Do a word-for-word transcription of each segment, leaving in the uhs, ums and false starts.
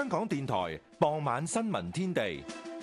香港電台傍晚新聞天地。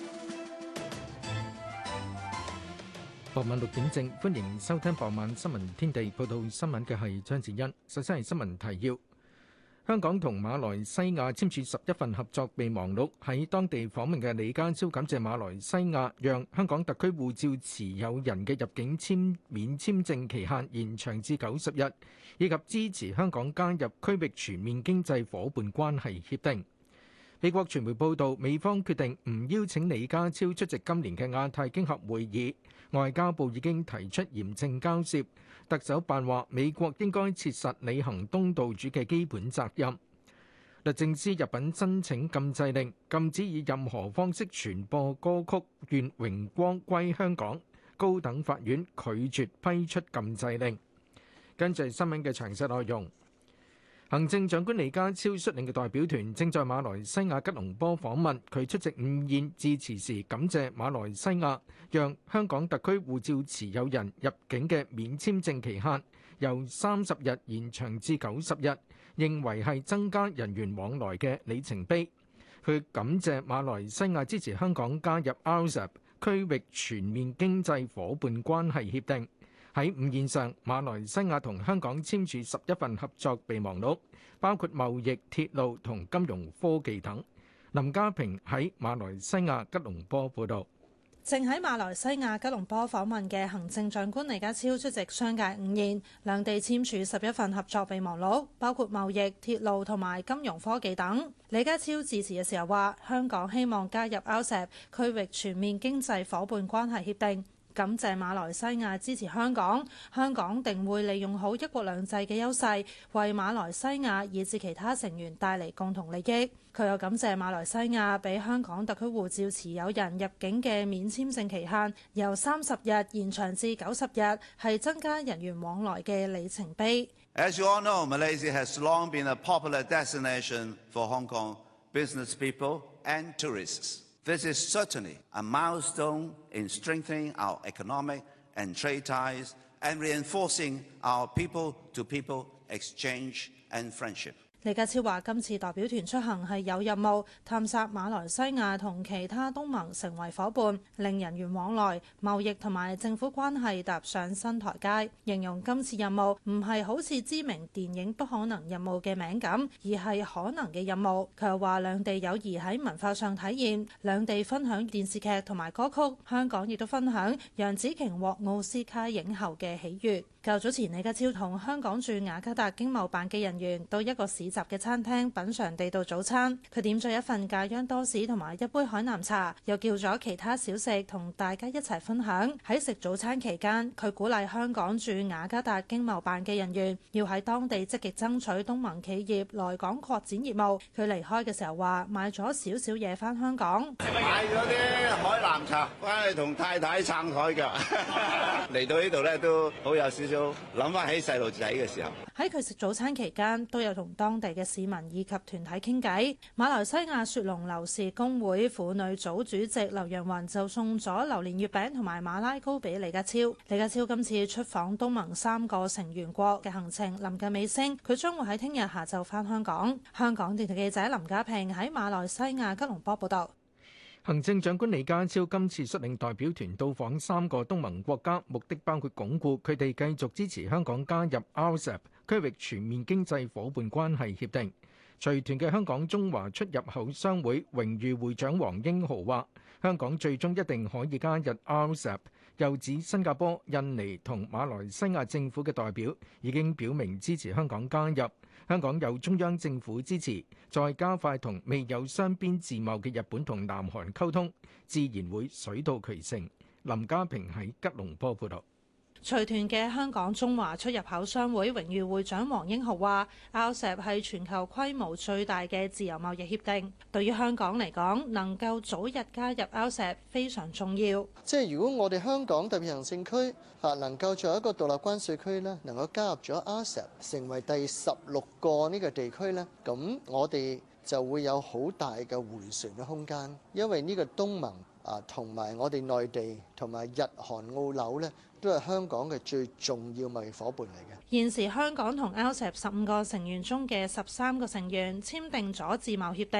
傍晚六點正，歡迎收聽傍晚新聞天地。報道新聞嘅係張子欣。首先係新聞提要：香港同馬來西亞簽署十一份合作備忘錄。喺當地訪問嘅李家超感謝馬來西亞讓香港特區護照持有人嘅入境簽免簽證期限延長至九十日，以及支持香港加入區域全面經濟夥伴關係協定。美國傳媒報道，美方決定唔邀請李家超出席今年嘅亞太經合會議。外交部已經提出嚴正交涉。特首辦話，美國應該切實履行東道主嘅基本責任。律政司入稟申請禁制令，禁止以任何方式傳播歌曲《願榮光歸香港》。高等法院拒絕批出禁制令。跟住新聞嘅詳細內容。行政長官李家超率領嘅代表團正在馬來西亞吉隆坡訪問，佢出席午宴致辭時感謝馬來西亞讓香港特區護照持有人入境嘅免簽證期限由三十日延長至九十日，認為係增加人員往來嘅里程碑。佢感謝馬來西亞支持香港加入 R C E P 區域全面經濟夥伴關係協定。喺午宴上，馬來西亞同香港簽署十一份合作備忘錄，包括貿易、鐵路同金融科技等。林家平喺馬來西亞吉隆坡報道。 正喺馬來西亞吉隆坡訪問嘅行政長官李家超出席商界午宴，兩地簽署十一份合作備忘錄，包括貿易、鐵路同埋金融科技等。李家超致辭嘅時候話，香港希望加入 R C E P 區域全面經濟夥伴關係協定。感謝馬來西亞支持香港，香港定會利用好一國兩制嘅優勢，為馬來西亞以至其他成員帶嚟共同利益。佢又感謝馬來西亞俾香港特區護照持有人入境嘅免簽證期限由三十日延長至九十日，係增加人員往來嘅里程碑。 As you all know, Malaysia has long been a popular destination for Hong Kong business people and tourists.This is certainly a milestone in strengthening our economic and trade ties and reinforcing our people-to-people exchange and friendship. 李家超話：今次代表團出行係有任務，探索馬來西亞同其他東盟成為夥伴，令人員往來、貿易同埋政府關係踏上新台階。形容今次任務唔係好似知名電影不可能任務嘅名咁，而係可能嘅任務。佢又話：兩地友誼喺文化上體現，兩地分享電視劇同埋歌曲，香港亦都分享楊紫瓊獲奧斯卡影后嘅喜悅。較早前，李家超同香港駐雅加達經貿辦嘅人員到一個市集嘅餐廳品嚐地道早餐，佢點咗一份咖央多士同埋一杯海南茶，又叫咗其他小食同大家一齊分享。喺食早餐期間，佢鼓勵香港駐雅加達經貿辦嘅人員要喺當地積極爭取東盟企業來港擴展業務。佢離開嘅時候話買咗少少嘢返香港， 買咗啲海南茶翻去同太太撐台㗎。嚟到呢度咧都好有少少諗翻起細路仔嘅時候。 喺佢食早餐期間，都有同當地嘅市民以及團體傾偈。馬來西亞雪龍樓氏工會婦女組主席劉楊雲就送咗榴蓮月餅同埋馬拉糕俾李家超。李家超今次出訪東盟三個成員國嘅行程臨近尾聲，佢將會喺聽日下晝返香港。香港電台記者林家平喺馬來西亞吉隆坡報道。 行政長官李家超今次率領代表團到訪三個東盟國家，目的包括鞏固佢哋繼續支持香港加入 R C E P 區域全面經濟夥伴關係協定。隨團嘅香港中華出入口商會榮譽會長黃英豪話：香港最終一定可以加入 R C E P。又指新加坡、印尼同馬來西亞政府嘅代表已經表明支持香港加入。香港有中央政府支持，再加快同未有雙邊自貿嘅日本同南韓溝通，自然會水到渠成。林家平喺吉隆坡報道。 隨團嘅香港中華出入口商會榮譽會長黃英豪話 ：R C E P 係全球規模最大嘅自由貿易協定，對於香港嚟講，能夠早日加入 R C E P 非常重要。 即係如果我哋香港特別行政區嚇能夠做一個獨立關稅區咧，能夠加入咗 R C E P 成為第十六個呢個地區咧，咁我哋就會有好大嘅迴旋嘅空間，因為呢個東盟啊同埋我哋內地同埋日韓澳紐咧，都係香港嘅最重要貿易夥伴嚟嘅。 現時香港同 R C E P 十五個成員中嘅十三個成員簽訂咗自貿協定，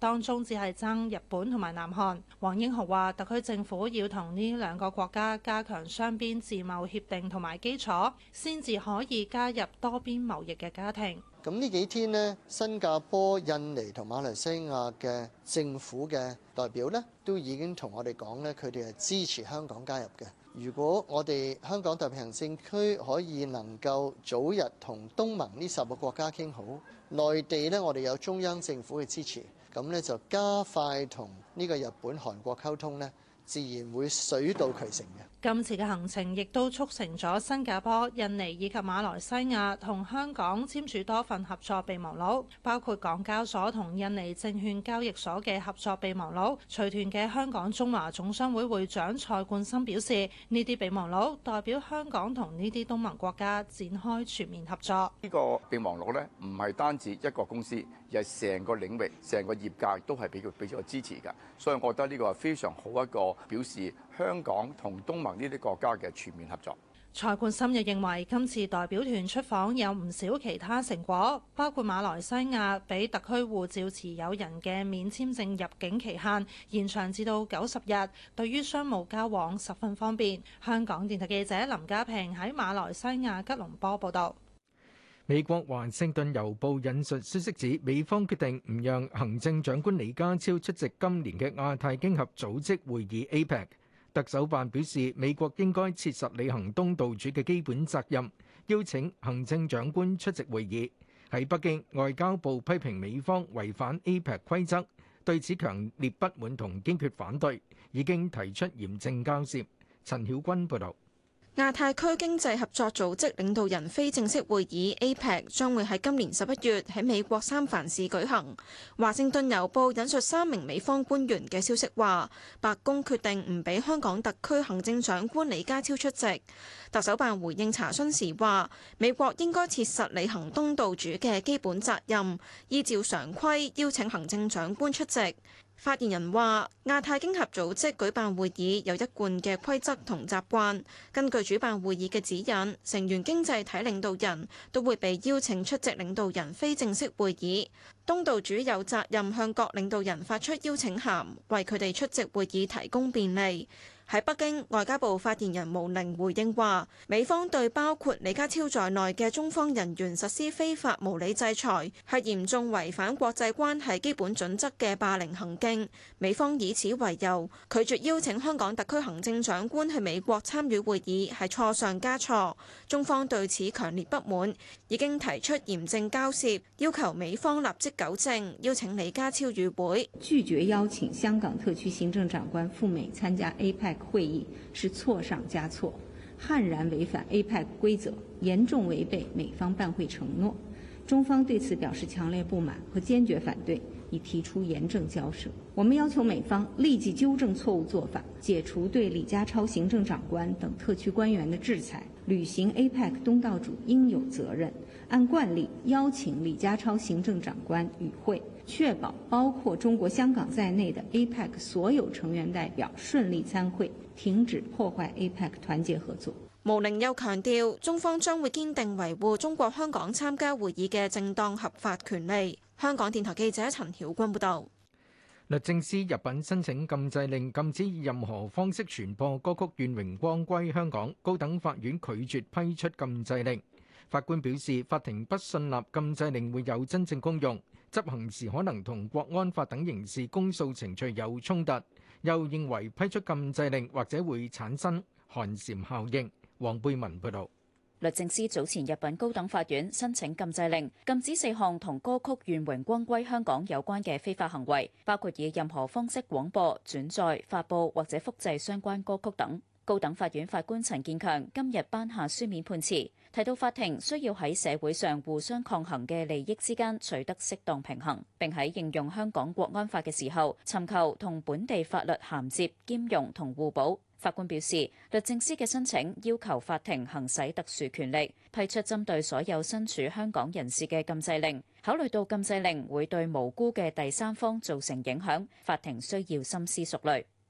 當中只係爭日本同埋南韓。黃英豪話：特區政府要同呢兩個國家加強雙邊自貿協定同埋基礎，先至可以加入多邊貿易嘅家庭。 咁呢幾天呢，新加坡、印尼同馬來西亞嘅政府嘅代表呢，都已經同我哋講呢，佢哋係支持香港加入嘅。如果我哋香港特別行政區可以能夠早日同東盟呢十個國家傾好，內地呢，我哋有中央政府嘅支持，咁呢就加快同呢個日本、韓國溝通呢，自然會水到渠成嘅。 今次嘅行程亦都促成咗新加坡、印尼以及馬來西亞同香港簽署多份合作備忘錄，包括港交所同印尼證券交易所嘅合作備忘錄。隨團嘅香港中華總商會會長蔡冠森表示，呢啲備忘錄代表香港同呢啲東盟國家展開全面合作。 呢個備忘錄呢，唔係單止一個公司，而係成個領域、成個業界都係俾佢俾咗支持㗎，所以我覺得呢個係非常好一個表示香港同東盟呢啲國家嘅全面合作。 蔡冠森又認為，今次代表團出訪有唔少其他成果，包括馬來西亞俾特區護照持有人嘅免簽證入境期限延長至到九十日，對於商務交往十分方便。香港電台記者林家平喺馬來西亞吉隆坡報道。 美國華盛頓郵報引述消息指，美方決定唔讓行政長官李家超出席今年嘅亞太經合組織會議 A P E C。特首辦表示，美國應該切實履行東道主嘅基本責任，邀請行政長官出席會議。喺北京，外交部批評美方違反 A P E C 規則，對此強烈不滿同堅決反對，已經提出嚴正交涉。陳曉君報導。 亞太區經濟合作組織領導人非正式會議 A P E C 將會喺今年十一月喺美國三藩市舉行。華盛頓郵報引述三名美方官員嘅消息話，白宮決定唔俾香港特區行政長官李家超出席。特首辦回應查詢時話，美國應該切實履行東道主嘅基本責任，依照常規邀請行政長官出席。發言人話，亞太經合組織舉辦會議有一貫嘅規則同習慣，根據主辦會議嘅指引，成員經濟體領導人都會被邀請出席領導人非正式會議。東道主有責任向各領導人發出邀請函，為佢哋出席會議提供便利。喺北京，外交部發言人毛寧回應話，美方對包括李家超在內嘅中方人員實施非法無理制裁，係嚴重違反國際關係基本準則嘅霸凌行徑。美方以此為由，拒絕邀請香港特區行政長官去美國參與會議，係錯上加錯。中方對此強烈不滿，已經提出嚴正交涉，要求美方立即糾正，邀請李家超與會。 拒絕邀請香港特區行政長官赴美參加 A P E C會議是錯上加錯，悍然違反 A P E C 規則，嚴重違背美方辦會承諾。中方對此表示強烈不滿和堅決反對，已提出嚴正交涉。我們要求美方立即糾正錯誤做法，解除對李家超行政長官等特區官員的制裁，履行 A P E C 東道主應有責任，按慣例邀請李家超行政長官與會，確保包括中國香港在內的 A P E C 所有成員代表順利參會，停止破壞 A P E C 團結合作。 毛寧又強調，中方將會堅定維護中國香港參加會議嘅正當合法權利。香港電台記者陳曉君報導。 律政司入稟申請禁制令，禁止以任何方式傳播歌曲《願榮光歸香港》，高等法院拒絕批出禁制令。法官表示，法庭不信納禁制令會有真正功用，執行時可能同國安法等刑事公訴程序有衝突，又認為批出禁制令或者會產生寒蟬效應。黃貝文報導。 律政司早前入稟高等法院申請禁制令，禁止四項同歌曲《願榮光歸香港》有關嘅非法行為，包括以任何方式廣播、轉載、發布或者複製相關歌曲等。高等法院法官陳建強今日頒下書面判詞，提到法庭需要喺社會上互相抗衡嘅利益之間取得適當平衡，並喺應用香港國安法嘅時候，尋求同本地法律銜接、兼容同互補。法官表示，律政司嘅申請要求法庭行使特殊權力，批出針對所有身處香港人士嘅禁制令。考慮到禁制令會對無辜嘅第三方造成影響，法庭需要深思熟慮。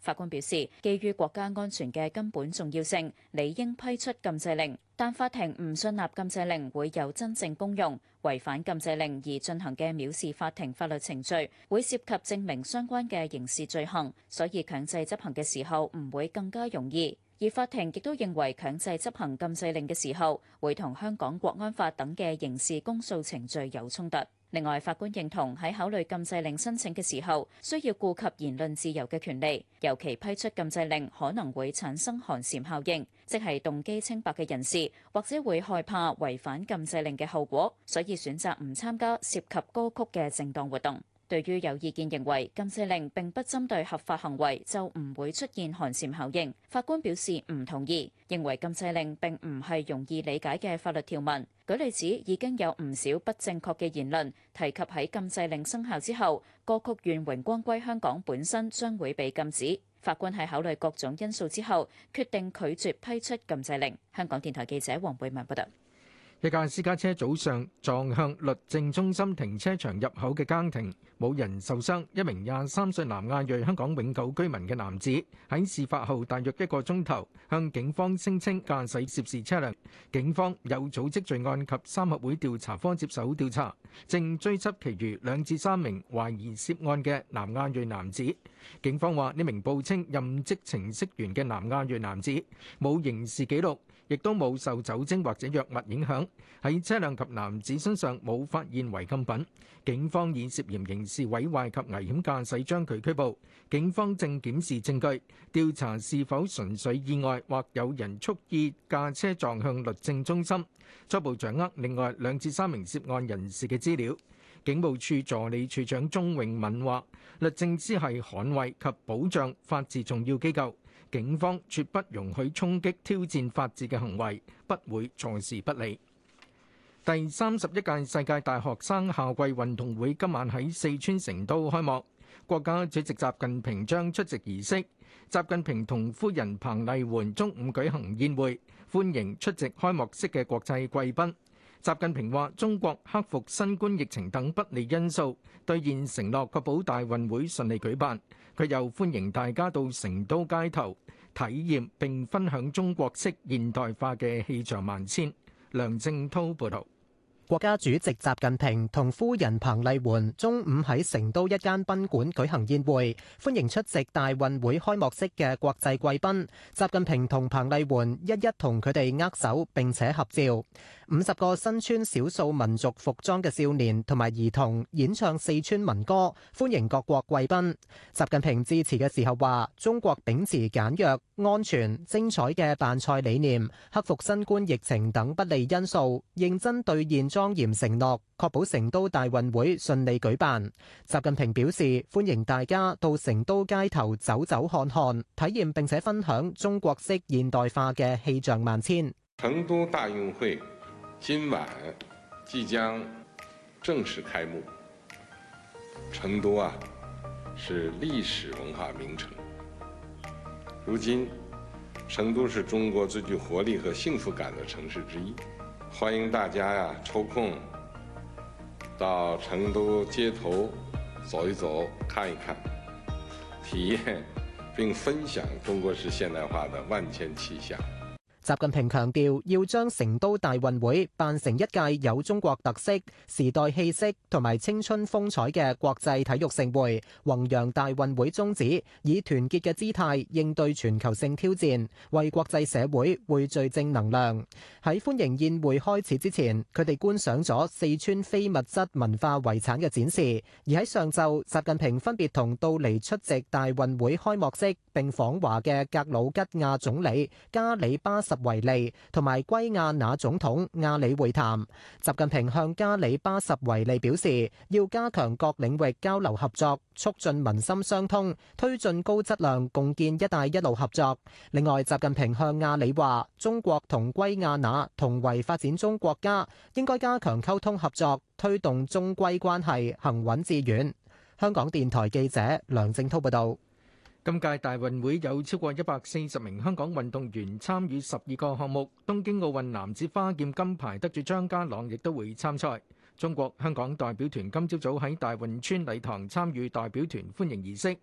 法官表示，基於國家安全嘅根本重要性，理應批出禁制令。但法庭唔信納禁制令會有真正功用，違反禁制令而進行嘅藐視法庭法律程序，會涉及證明相關嘅刑事罪行，所以強制執行嘅時候唔會更加容易。而法庭亦都認為強制執行禁制令嘅時候，會同香港國安法等嘅刑事公訴程序有衝突。另外，法官認同喺考慮禁制令申請嘅時候，需要顧及言論自由嘅權利，尤其批出禁制令可能會產生寒蟬效應，即係動機清白嘅人士或者會害怕違反禁制令嘅後果，所以選擇唔參加涉及歌曲嘅正當活動。對於有意見認為禁制令並不針對合法行為，就唔會出現寒蟬效應，法官表示唔同意，認為禁制令並唔係容易理解嘅法律條文。舉例子，已經有唔少不正確嘅言論提及喺禁制令生效之後，歌曲《願榮光歸香港》本身將會被禁止。法官喺考慮各種因素之後，決定拒絕批出禁制令。香港電台記者黃貝文報道。 一架私家車早上撞向律政中心停車場入口嘅更亭，冇人受傷。一名廿三歲南亞裔香港永久居民嘅男子喺事發後大約一個鐘頭向警方聲稱駕駛涉事車輛。警方有組織罪案及三合會調查科接手調查，正追緝其餘兩至三名懷疑涉案嘅南亞裔男子。警方話呢名報稱任職程式員嘅南亞裔男子冇刑事記錄，亦都冇受酒精或者藥物影響，喺車輛及男子身上冇發現違禁品。警方以涉嫌刑事毀壞及危險駕駛將佢拘捕。警方正檢視證據，調查是否純粹意外或有人蓄意駕車撞向律政中心，初步掌握另外兩至三名涉案人士嘅資料。警務處助理處長鍾永敏話，律政司係捍衛及保障法治重要機構，警方絕不容許衝擊挑戰法治嘅行為，不會坐視不理。第三十一屆世界大學生夏季運動會今晚喺四川成都開幕，國家主席習近平將出席儀式。習近平同夫人彭麗媛中午舉行宴會，歡迎出席開幕式嘅國際貴賓。習近平話：中國克服新冠疫情等不利因素，兌現承諾，確保大運會順利舉辦。佢又歡迎大家到成都街頭體驗並分享中國式現代化嘅氣象萬千。梁正滔報導。 國家主席習近平同夫人彭麗媛中午喺成都一間賓館舉行宴會，歡迎出席大運會開幕式嘅國際貴賓。習近平同彭麗媛一一同佢哋握手並且合照。五十個身穿少數民族服裝嘅少年同埋兒童演唱四川民歌，歡迎各國貴賓。習近平致辭嘅時候話：中國秉持簡約、安全、精彩嘅辦賽理念，克服新冠疫情等不利因素，認真兌現莊嚴承諾，確保成都大運會順利舉辦。習近平表示歡迎大家到成都街頭走走看看，體驗並且分享中國式現代化嘅氣象萬千。 成都大運會今晚即將正式開幕。成都啊，是歷史文化名城。如今，成都是中國最具活力和幸福感的城市之一。歡迎大家呀，抽空到成都街頭走一走、看一看，體驗並分享中國式現代化的萬千氣象。 習近平強調，要將成都大運會辦成一屆有中國特色、時代氣息同埋青春風采嘅國際體育盛會，弘揚大運會宗旨，以團結嘅姿態應對全球性挑戰，為國際社會匯聚正能量。喺歡迎宴會開始之前，佢哋觀賞咗四川非物質文化遺產嘅展示。而喺上晝，習近平分別同到嚟出席大運會開幕式並訪華嘅格魯吉亞總理加里巴什維利同埋圭亞那總統亞里會談。習近平向加里巴什維利表示，要加強各領域交流合作，促進民心相通，推進高質量共建「一帶一路」合作。另外，習近平向亞里話，中國同圭亞那同為發展中國家，應該加強溝通合作，推動中圭關係行穩致遠。香港電台記者梁正滔報導。 今屆大運會有超過一百四十名香港運動員參與十二個項目，東京奧運男子花劍金牌得主張家朗亦都會參賽。中國香港代表團今朝早喺大運村禮堂參與代表團歡迎儀式。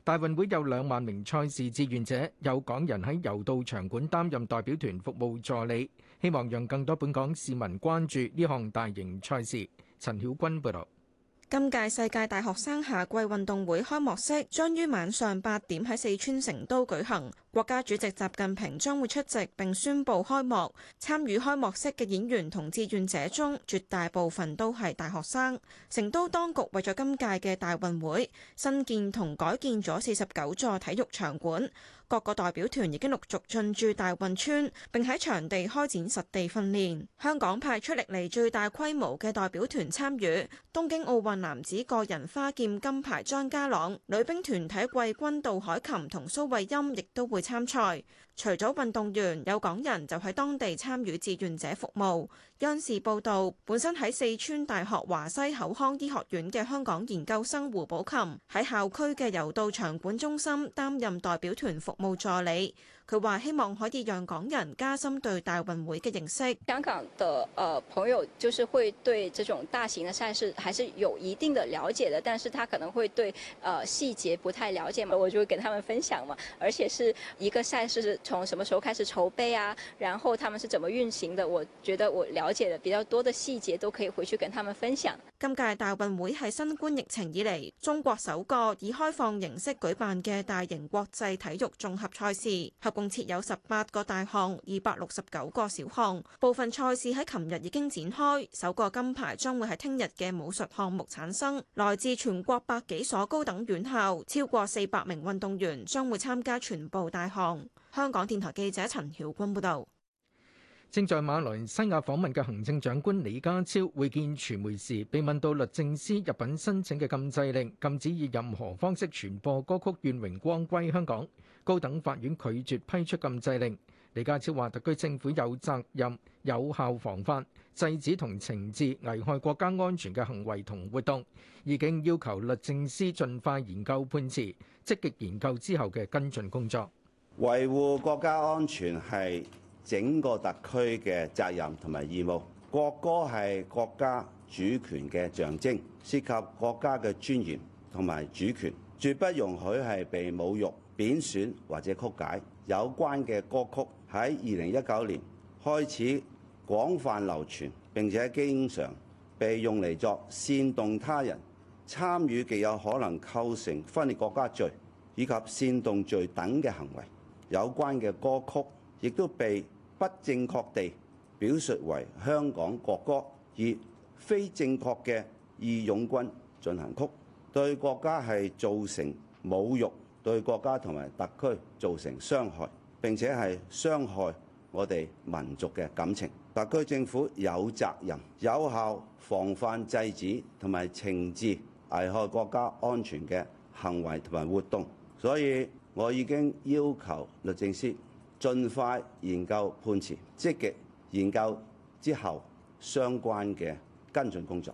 大運會有兩萬名賽事志願者，有港人喺柔道場館擔任代表團服務助理，希望讓更多本港市民關注呢項大型賽事。陳曉君報導。 今屆世界大學生夏季運動會開幕式將於晚上八點喺四川成都舉行，國家主席習近平將會出席並宣布開幕。參與開幕式嘅演員同志願者中，絕大部分都係大學生。成都當局為咗今屆嘅大運會，新建同改建咗四十九座體育場館。各個代表團已經陸續進駐大運村，並喺場地開展實地訓練。香港派出歷嚟最大規模嘅代表團參與，東京奧運男子個人花劍金牌張家朗、女兵團體季軍杜凱琹同蘇慧音亦都會參賽。除咗運動員，有港人就喺當地參與志願者服務。央視報導，本身喺四川大學華西口腔醫學院嘅香港研究生胡寶琴喺校區嘅柔道場館中心擔任代表團服務助理。佢話希望可以讓港人加深對大運會嘅認識。 香港的呃朋友就是會對這種大型的賽事還是有一定的了解的，但是他可能會對呃細節不太了解嘛，我就會跟他們分享嘛。而且是一個賽事是從什麼時候開始籌備啊，然後他們是怎麼運行的，我覺得我了解的比較多的細節都可以回去跟他們分享。 今屆大運會係新冠疫情以嚟中國首個以開放形式舉辦嘅大型國際體育綜合賽事，合共設有十八個大項、二百六十九個小項。部分賽事喺琴日已經展開，首個金牌將會喺聽日嘅武術項目產生。來自全國百幾所高等院校，超過四百名運動員將會參加全部大項。香港電台記者陳曉君報導。 正在馬來西亞訪問嘅行政長官李家超會見傳媒時，被問到律政司入稟申請嘅禁制令，禁止以任何方式傳播歌曲《願榮光歸香港》，高等法院拒絕批出禁制令。李家超話：特區政府有責任有效防範、制止同懲治危害國家安全嘅行為同活動，已經要求律政司盡快研究判詞，積極研究之後嘅跟進工作。 維護國家安全係整個特區嘅責任同埋義務。國歌係國家主權嘅象徵，涉及國家嘅尊嚴同埋主權，絕不容許係被侮辱、貶損或者曲解。有關嘅歌曲喺二零一九年開始廣泛流傳，並且經常被用嚟作煽動他人參與極有可能構成分裂國家罪以及煽動罪等嘅行為。有關嘅歌曲亦都被不正確地表述為香港國歌，而非正確嘅義勇軍進行曲，對國家係造成侮辱，對國家同埋特區造成傷害，並且係傷害我哋民族嘅感情。特區政府有責任有效防範、制止同埋懲治危害國家安全嘅行為同埋活動，所以我已經要求律政司盡快研究判詞，積極研究之後相關嘅跟進工作。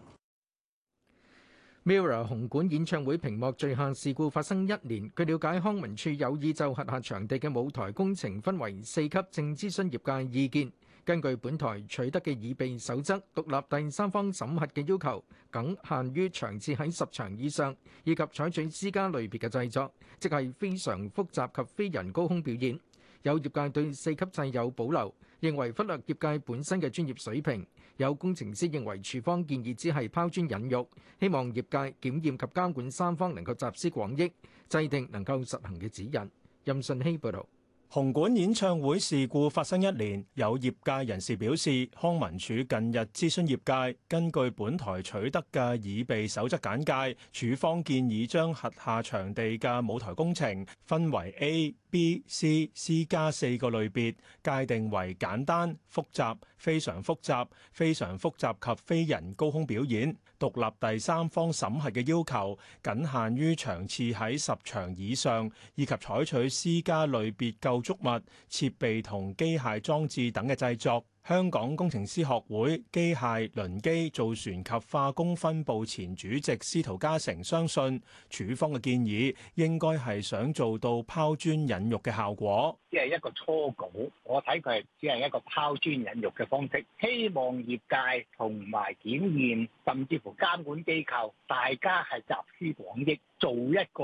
Mirror 紅館演唱會屏幕墜下事故發生一年，據了解，康文署有意就轄下場地嘅舞台工程分為四級，正諮詢業界意見。根據本台取得嘅擬備守則，獨立第三方審核嘅要求，僅限於場次喺十場以上，以及採取私家類別嘅製作，即係非常複雜及非人高空表演。有業界對四級制有保留，認為忽略業界本身嘅專業水平。有工程師認為處方建議只係拋磚引玉，希望業界檢驗及監管三方能夠集思廣益，制定能夠實行嘅指引。任信希報導。 紅館演唱會事故發生一年，有業界人士表示，康文署近日諮詢業界，根據本台取得嘅擬備守則簡介，署方建議將轄下場地嘅舞台工程分為 A、B、C、C 加四個類別，界定為簡單、複雜、非常複雜、非常複雜及非人高空表演。獨立第三方審核嘅要求，僅限於場次喺十場以上，以及採取私家類別構築物、設備同機械裝置等嘅製作。香港工程師學會機械、輪機、造船及化工分部前主席司徒嘉誠相信，署方嘅建議應該係想做到拋磚引玉嘅效果。 只係一個初稿，我睇佢係只係一個拋磚引玉嘅方式，希望業界同埋檢驗甚至乎監管機構大家係集思廣益，做一個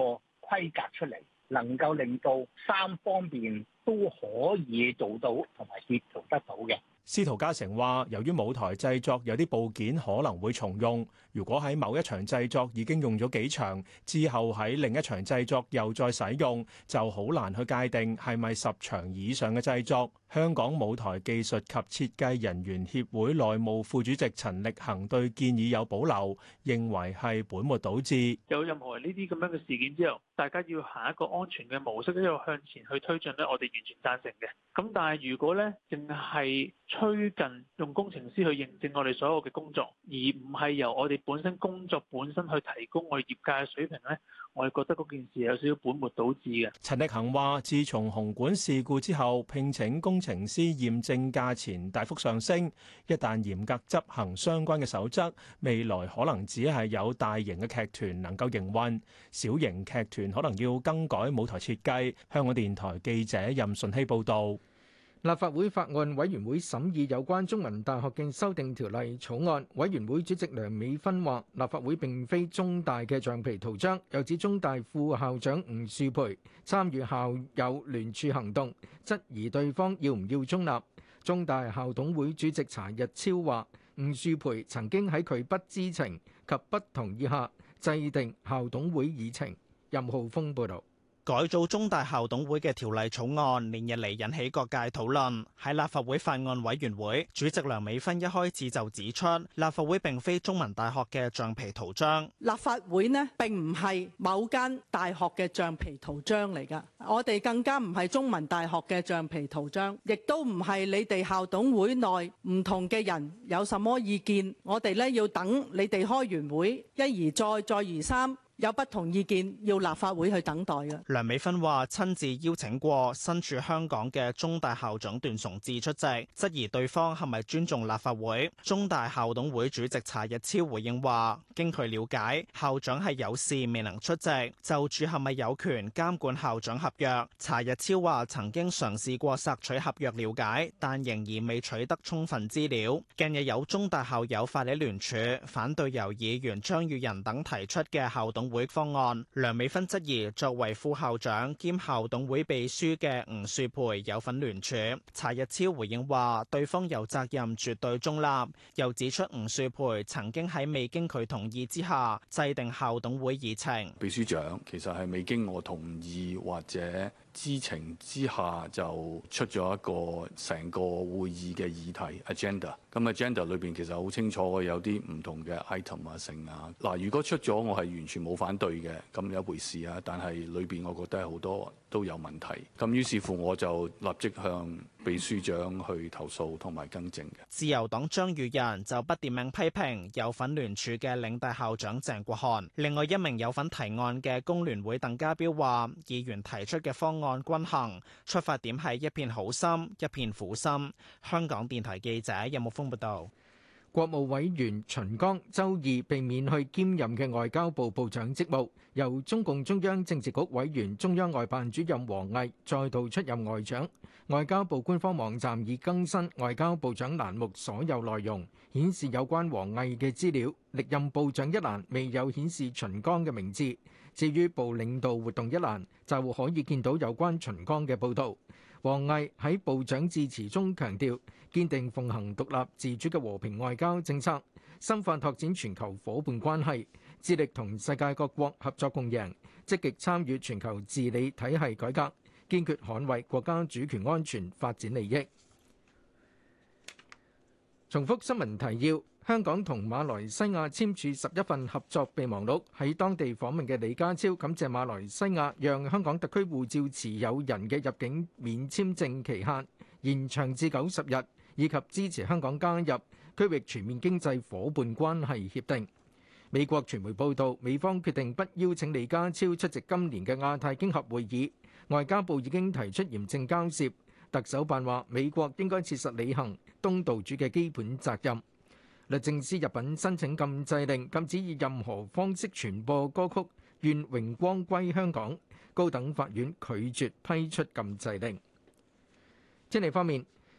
規格出嚟，能夠令到三方面都可以做到同埋協調得到嘅。 司徒家成話，由於舞台製作有啲部件可能會重用，如果喺某一場製作已經用咗幾場，之後喺另一場製作又再使用，就好難去界定係咪十場以上嘅製作。香港舞台技術及設計人員協會內務副主席陳力恒對建議有保留，認為係本末倒置。 有任何呢啲咁樣嘅事件之後，大家要行一個安全嘅模式，一路向前去推進咧，我哋完全贊成嘅。咁但係如果咧，淨係趨近用工程師去認證我哋所有嘅工作，而唔係由我哋本身工作本身去提供我哋業界嘅水平咧，我哋覺得嗰件事有少少本末倒置嘅。 陳力恒話，自從紅館事故之後，聘請工程師驗證價錢大幅上升，一旦嚴格執行相關嘅守則，未來可能只係有大型嘅劇團能夠營運，小型劇團可能要更改舞台設計。香港電台記者任順希報導。 立法會法案委員會審議有關中文大學嘅修訂條例草案，委員會主席梁美芬話：立法會並非中大嘅橡皮圖章，又指中大副校長吳樹培參與校友聯署行動，質疑對方要唔要中立。中大校董會主席查日超話：吳樹培曾經喺佢不知情及不同意下制定校董會議程。任浩峰報導。 改造中大校董會嘅條例草案連日嚟引起各界討論。喺立法會法案委員會，主席梁美芬一開始就指出，立法會並非中文大學嘅橡皮圖章。 立法會呢並唔係某間大學嘅橡皮圖章嚟㗎，我哋更加唔係中文大學嘅橡皮圖章，亦都唔係你哋校董會內唔同嘅人有什麼意見，我哋呢要等你哋開完會，一而再，再而三。有不同意見，要立法會去等待嘅。 梁美芬話：親自邀請過身處香港嘅中大校長段崇智出席，質疑對方係咪尊重立法會。中大校董會主席查日超回應話：經佢了解，校長係有事未能出席，就住係咪有權監管校長合約。查日超話：曾經嘗試過索取合約了解，但仍然未取得充分資料。近日有中大校友發起聯署，反對由議員張宇人等提出嘅校董會方案。梁美芬質疑作為副校長兼校董會秘書嘅吳樹培有份聯署。查日超回應話，對方有責任絕對中立，又指出吳樹培曾經喺未經佢同意之下制定校董會議程。 秘書長其實係未經我同意或者知情之下就出咗一個成個會議嘅議題 agenda。咁 agenda 裏邊其實好清楚有啲唔同嘅 item 啊成啊。嗱，如果出咗我係完全冇反對嘅，咁有一回事啊。但係裏邊我覺得係好多都有問題。咁於是乎我就立即向秘書長去投訴同埋更正嘅。 自由黨張宇人就不點名批評有份聯署嘅嶺大校長鄭國漢。另外一名有份提案嘅工聯會鄧家彪話，議員提出嘅方案均衡，出發點係一片好心，一片苦心。香港電台記者任木峰報道。 國務委員秦剛周二被免去兼任嘅外交部部長職務，由中共中央政治局委員、中央外辦主任王毅再度出任外長。外交部官方網站已更新外交部長欄目所有內容，顯示有關王毅嘅資料。歷任部長一欄未有顯示秦剛嘅名字。至於部領導活動一欄，就可以見到有關秦剛嘅報導。王毅喺部長致辭中強調，堅定奉行獨立自主嘅和平外交政策，深化拓展全球夥伴關係，致力同世界各國合作共贏，積極參與全球治理體系改革，堅決捍衛國家主權安全發展利益。重複新聞提要：香港同馬來西亞簽署十一份合作備忘錄。喺當地訪問嘅李家超感謝馬來西亞讓香港特區護照持有人嘅入境免簽證期限延長至九十日，以及支持香港加入區域全面經濟夥伴關係協定。美國傳媒報道，美方決定不邀請李家超出席今年嘅亞太經合會議，外交部已經提出嚴正交涉。特首辦話，美國應該切實履行東道主嘅基本責任。律政司入禀申請禁制令，禁止以任何方式傳播歌曲《願榮光歸香港》。高等法院拒絕批出禁制令。天氣方面，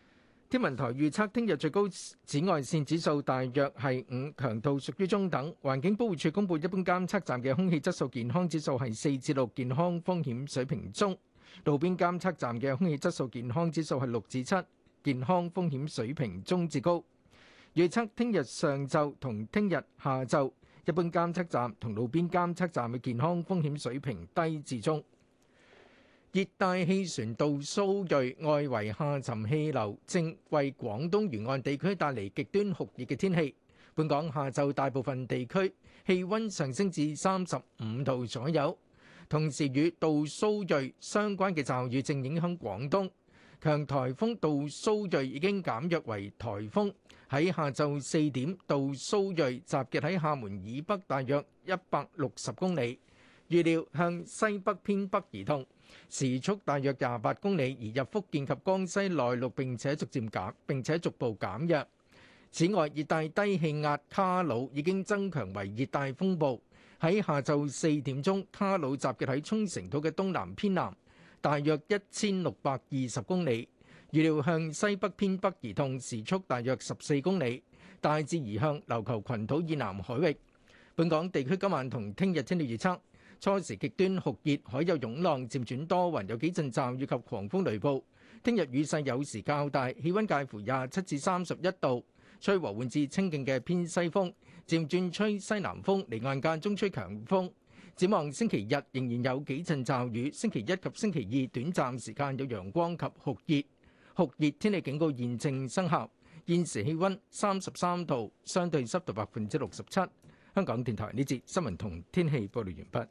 天文台預測聽日最高紫外線指數大約係五，強度屬於中等。環境保護署公佈一般監測站嘅空氣質素健康指數係四至六，健康風險水平中；路邊監測站嘅空氣質素健康指數係六至七，健康風險水平中至高。預測聽日上晝同聽日下晝，一般監測站同路邊監測站嘅健康風險水平低至中。熱帶氣旋杜蘇芮外圍下沉氣流正為廣東沿岸地區帶嚟極端酷熱嘅天氣。本港下晝大部分地區氣溫上升至三十五度左右，同時與杜蘇芮相關嘅驟雨正影響廣東。強颱風杜蘇芮已經減弱為颱風，喺下晝四點，杜蘇芮集結喺廈門以北大約一百六十公里，預料向西北偏北移動，時速大約廿八公里，移入福建及江西內陸，並且逐漸減，並且逐步減弱。此外，熱帶低氣壓卡努已經增強為熱帶風暴，喺下晝四點鐘，卡努集結喺沖繩島嘅東南偏南，大約一千六百二十公里，預料向西北偏北移動，時速大約十四公里，大致移向琉球群島以南海域。本港地區今晚同聽日天氣預測。初時極端酷熱，海有湧浪，漸轉多雲，有幾陣驟雨及狂風雷暴。聽日雨勢有時較大，氣温介乎廿七至三十一度，吹和緩至清勁嘅偏西風，漸轉吹西南風，離岸間中吹強風。展望星期日仍然有幾陣驟雨，星期一及星期二短暫時間有陽光及酷熱。酷熱天氣警告現正生效。現時氣温三十三度，相對濕度百分之六十七。香港電台呢節新聞同天氣報道完畢。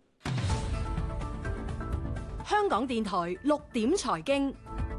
香港電台六點財經，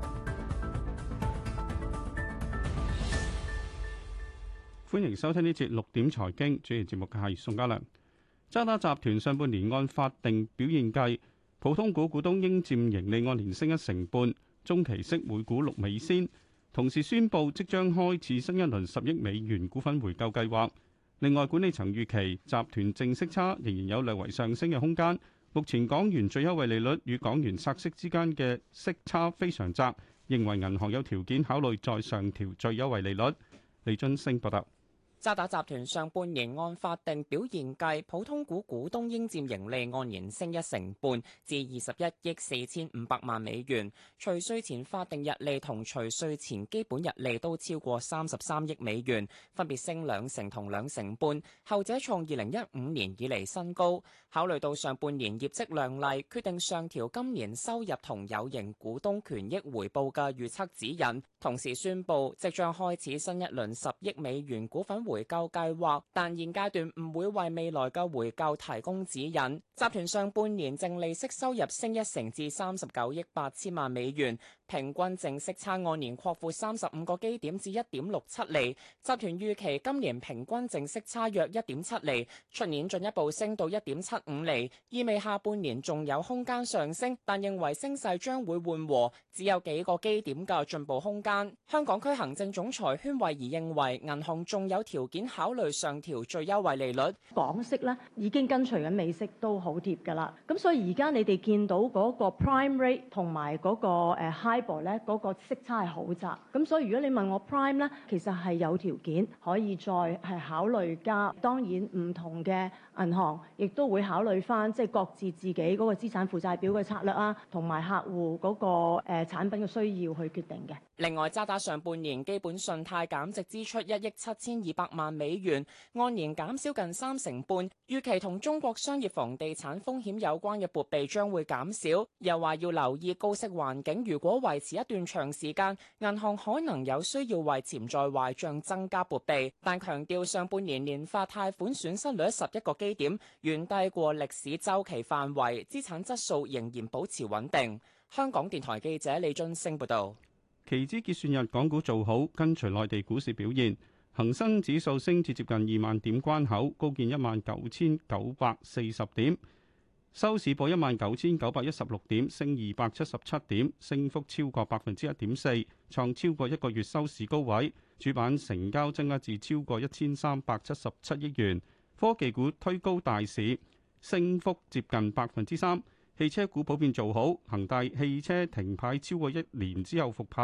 歡迎收聽呢節六點財經，主持節目嘅係宋家良。渣打集團上半年按法定表現計，普通股股東應佔盈利按年升一成半，中期息每股六美仙。同時宣布即將開始新一輪十億美元股份回購計劃。另外，管理層預期集團淨息差仍然有略為上升嘅空間。目前港元最優惠利率與港元拆息之間嘅息差非常窄，認為銀行有條件考慮再上調最優惠利率。李津升報道。 渣打集團上半年按法定表現計，普通股股東應佔盈利按年升一成半，至二十一億四千五百萬美元。除稅前法定溢利同除稅前基本溢利都超過三十三億美元，分別升兩成同兩成半，後者創二零一五年以嚟新高。考慮到上半年業績亮麗，決定上調今年收入同有形股東權益回報嘅預測指引，同時宣布即將開始新一輪十億美元股份回購計劃，但現階段唔會為未來嘅回購提供指引。集團上半年淨利息收入升一成至三十九億八千萬美元，平均淨息差按年擴闊三十五個基點至一點六七厘。集團預期今年平均淨息差約一點七厘，出年進一步升到一點七五厘，意味下半年仲有空間上升，但認為升勢將會緩和，只有幾個基點嘅進步空間。香港區行政總裁禤惠儀認為銀行仲有條件考慮上調最優惠利率。 港息咧已經跟隨緊美息都好貼㗎啦，咁所以而家你哋見到嗰個 prime rate 同埋嗰個誒 HIBOR 咧嗰個息差係好窄，咁所以如果你問我 prime 咧，其實係有條件可以再係考慮加。當然唔同嘅銀行亦都會考慮翻即係各自自己嗰個資產負債表嘅策略啊，同埋客戶嗰個誒產品嘅需要去決定嘅。 另外，渣打上半年基本信貸減值支出一億七千二百萬美元，按年減少近三成半。預期同中國商業房地產風險有關嘅撥備將會減少，又話要留意高息環境，如果維持一段長時間，銀行可能有需要為潛在壞帳增加撥備。但強調上半年年化貸款損失率十一個基點，遠低過歷史週期範圍，資產質素仍然保持穩定。香港電台記者李津升報導。 期指結算日，港股做好，跟隨內地股市表現。恒生指數升至接近二萬點關口，高見一萬九千九百四十點，收市報一萬九千九百一十六點，升二百七十七點，升幅超過百分之一點四，創超過一個月收市高位。主板成交增加至超過一千三百七十七億元。科技股推高大市，升幅接近百分之三。汽車股普遍做好，恒大汽車停牌超過一年之後復牌，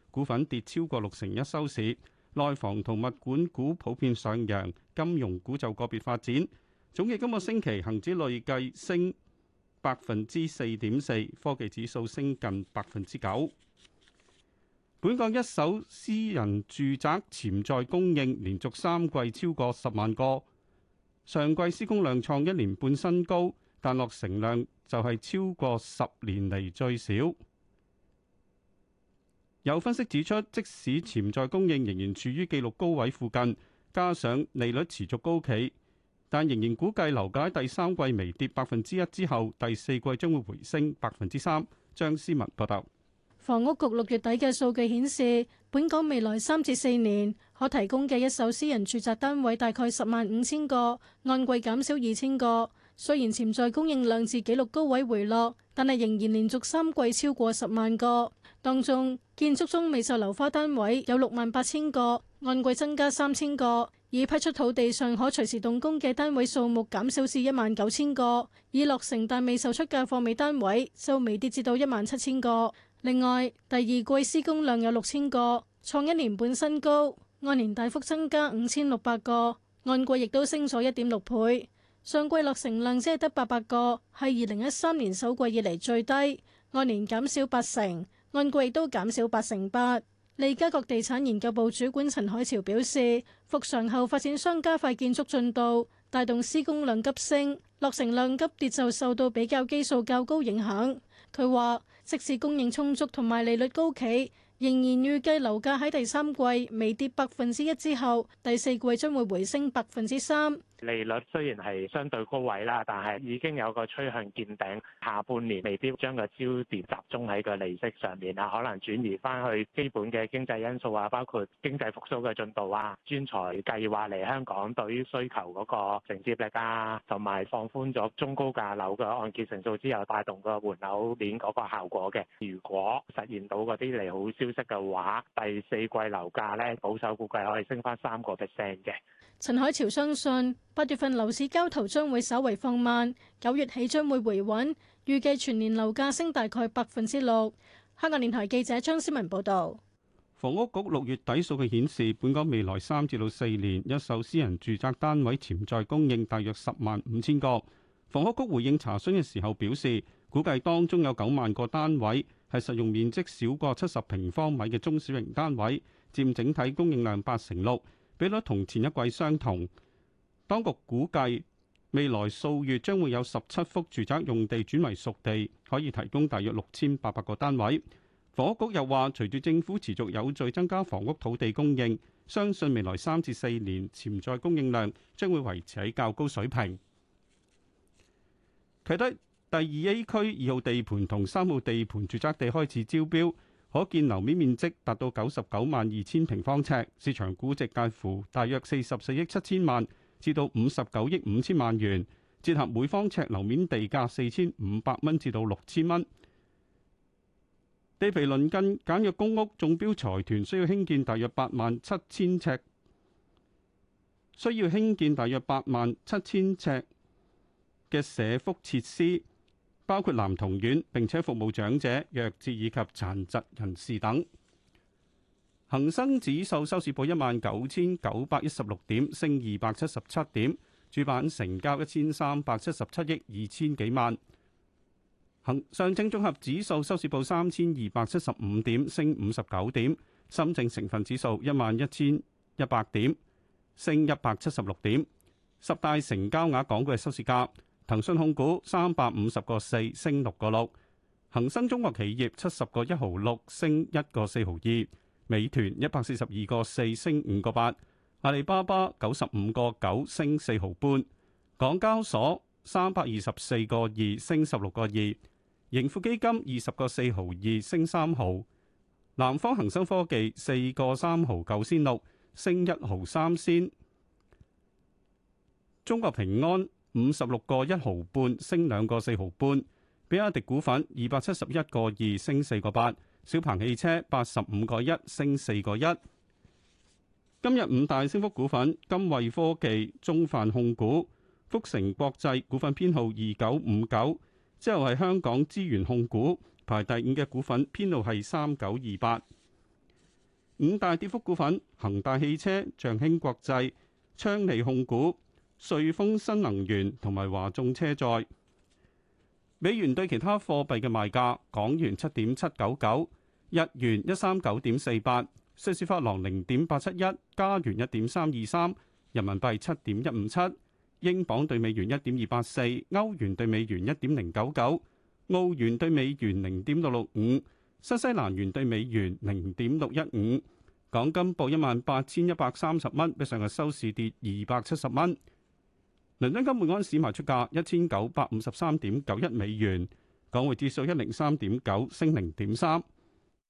股份跌超過六成一收市。內房同物管股普遍上揚，金融股就個別發展。總結今個星期恒指累計升百分之四點四，科技指數升近百分之九。本港一手私人住宅潛在供應連續三季超過十萬個，上季施工量創一年半新高，但落成量就係超過十年嚟最少。有分析指出，即使潛在供應仍然處於紀錄高位附近，加上利率持續高企，但仍然估計樓價喺第三季微跌百分之一之後，第四季將會回升百分之三。張思文報道。 房屋局六月底嘅數據顯示，本港未來三至四年可提供嘅一手私人住宅單位大概十萬五千個，按季減少二千個。雖然潛在供應量自紀錄高位回落，但係仍然連續三季超過十萬個。當中建築中未售樓花單位有六萬八千個，按季增加三千個；已批出土地上可隨時動工嘅單位數目減少至一萬九千個，已落成但未售出嘅貨尾單位就微跌至到一萬七千個。另外，第二季施工量有六千個，創一年半新高，按年大幅增加五千六百個，按季亦都升咗一點六倍。上季落成量只係得八百個，係二零一三年首季以嚟最低，按年減少八成，按季亦都減少八成八。利嘉閣地產研究部主管陳海潮表示，復常後發展商加快建築進度，帶動施工量急升，落成量急跌就受到比較基數較高影響。佢話，即使供應充足同埋利率高企，仍然預計樓價喺第三季微跌百分之一之後，第四季將會回升百分之三。 利率雖然係相對高位啦，但係已經有個趨向見頂。下半年未必將個焦點集中喺個利息上面啊，可能轉移翻去基本嘅經濟因素啊，包括經濟復甦嘅進度啊、專才計劃嚟香港對於需求嗰個承接力啊，同埋放寬咗中高價樓嘅按揭成數之後，帶動個換樓鏈嗰個效果嘅。如果實現到嗰啲利好消息嘅話，第四季樓價咧保守估計可以升翻三個 percent 嘅。 陳海潮相信八月份樓市交投將會稍為放慢，九月起將會回穩，預計全年樓價升大概百分之六。香港電台記者張思文報道。 房屋局六月底數據顯示，本港未來三至到四年一手私人住宅單位潛在供應大約十萬五千個。房屋局回應查詢嘅時候表示，估計當中有九萬個單位係實用面積少過七十平方米嘅中小型單位，佔整體供應量八成六。比率同前一季相同。當局估計未來數月將會有十七幅住宅用地轉為熟地，可以提供大約六千八百個單位。房屋局又話，隨住政府持續有序增加房屋土地供應，相信未來三至四年潛在供應量將會維持喺較高水平。啟德第二 A 區二號地盤同三號地盤住宅地開始招標。可建樓面面積達到九十九萬二千平方尺，市場估值介乎大約四十四億七千萬至到五十九億五千萬元，折合每方尺樓面地價四千五百蚊至到六千蚊。地皮鄰近簡約公屋，中標財團需要興建大約八萬七千尺，需要興建大約八萬七千尺嘅社福設施。包括男童院，並且服務長者、弱智以及殘疾人士等。恒生指數收市報一萬九千九百一十六點，升二百七十七點。主板成交一千三百七十七億二千幾萬。恒上證綜合指數收市報三千二百七十五點，升五十九點。深證成分指數一萬一千一百點，升一百七十六點。十大成交額港股嘅收市價。騰訊控股三百五十個四升六個六，恒生中國企業七十個一毫六升一個四毫二，美團一百四十二個四升五個八，阿里巴巴九十五個九升四毫半，港交所三百二十四個二升十六個二，盈富基金二十個四毫二升三毫，南方恒生科技四個三毫九仙六升一毫三仙，中國平安五十六個一毫半升兩個四毫半，比亞迪股份二百七十一個二升四個八，小鵬汽車八十五個一升四個一。今日五大升幅股份：金惠科技、中泛控股、福成國際股份編號二九五九，之後係香港資源控股，排第五嘅股份編號係三九二八。 五大跌幅股份：恒大汽車、象興國際、昌利控股、瑞豐新能源同埋華眾車載。美元對其他貨幣嘅賣價：港元七點七九九，日元一三九點四八，瑞士法郎零點八七一，加元一點三二三，人民幣七點一五七，英鎊對美元一點二八四，歐元對美元一點零九九，澳元對美元零點六六五，新西蘭元對美元零點六一五。港金報一萬八千一百三十蚊，比上日收市跌二百七十蚊。倫敦金每安士賣出價一千九百五十三點九一美元，港匯指數一零三點九升零點三。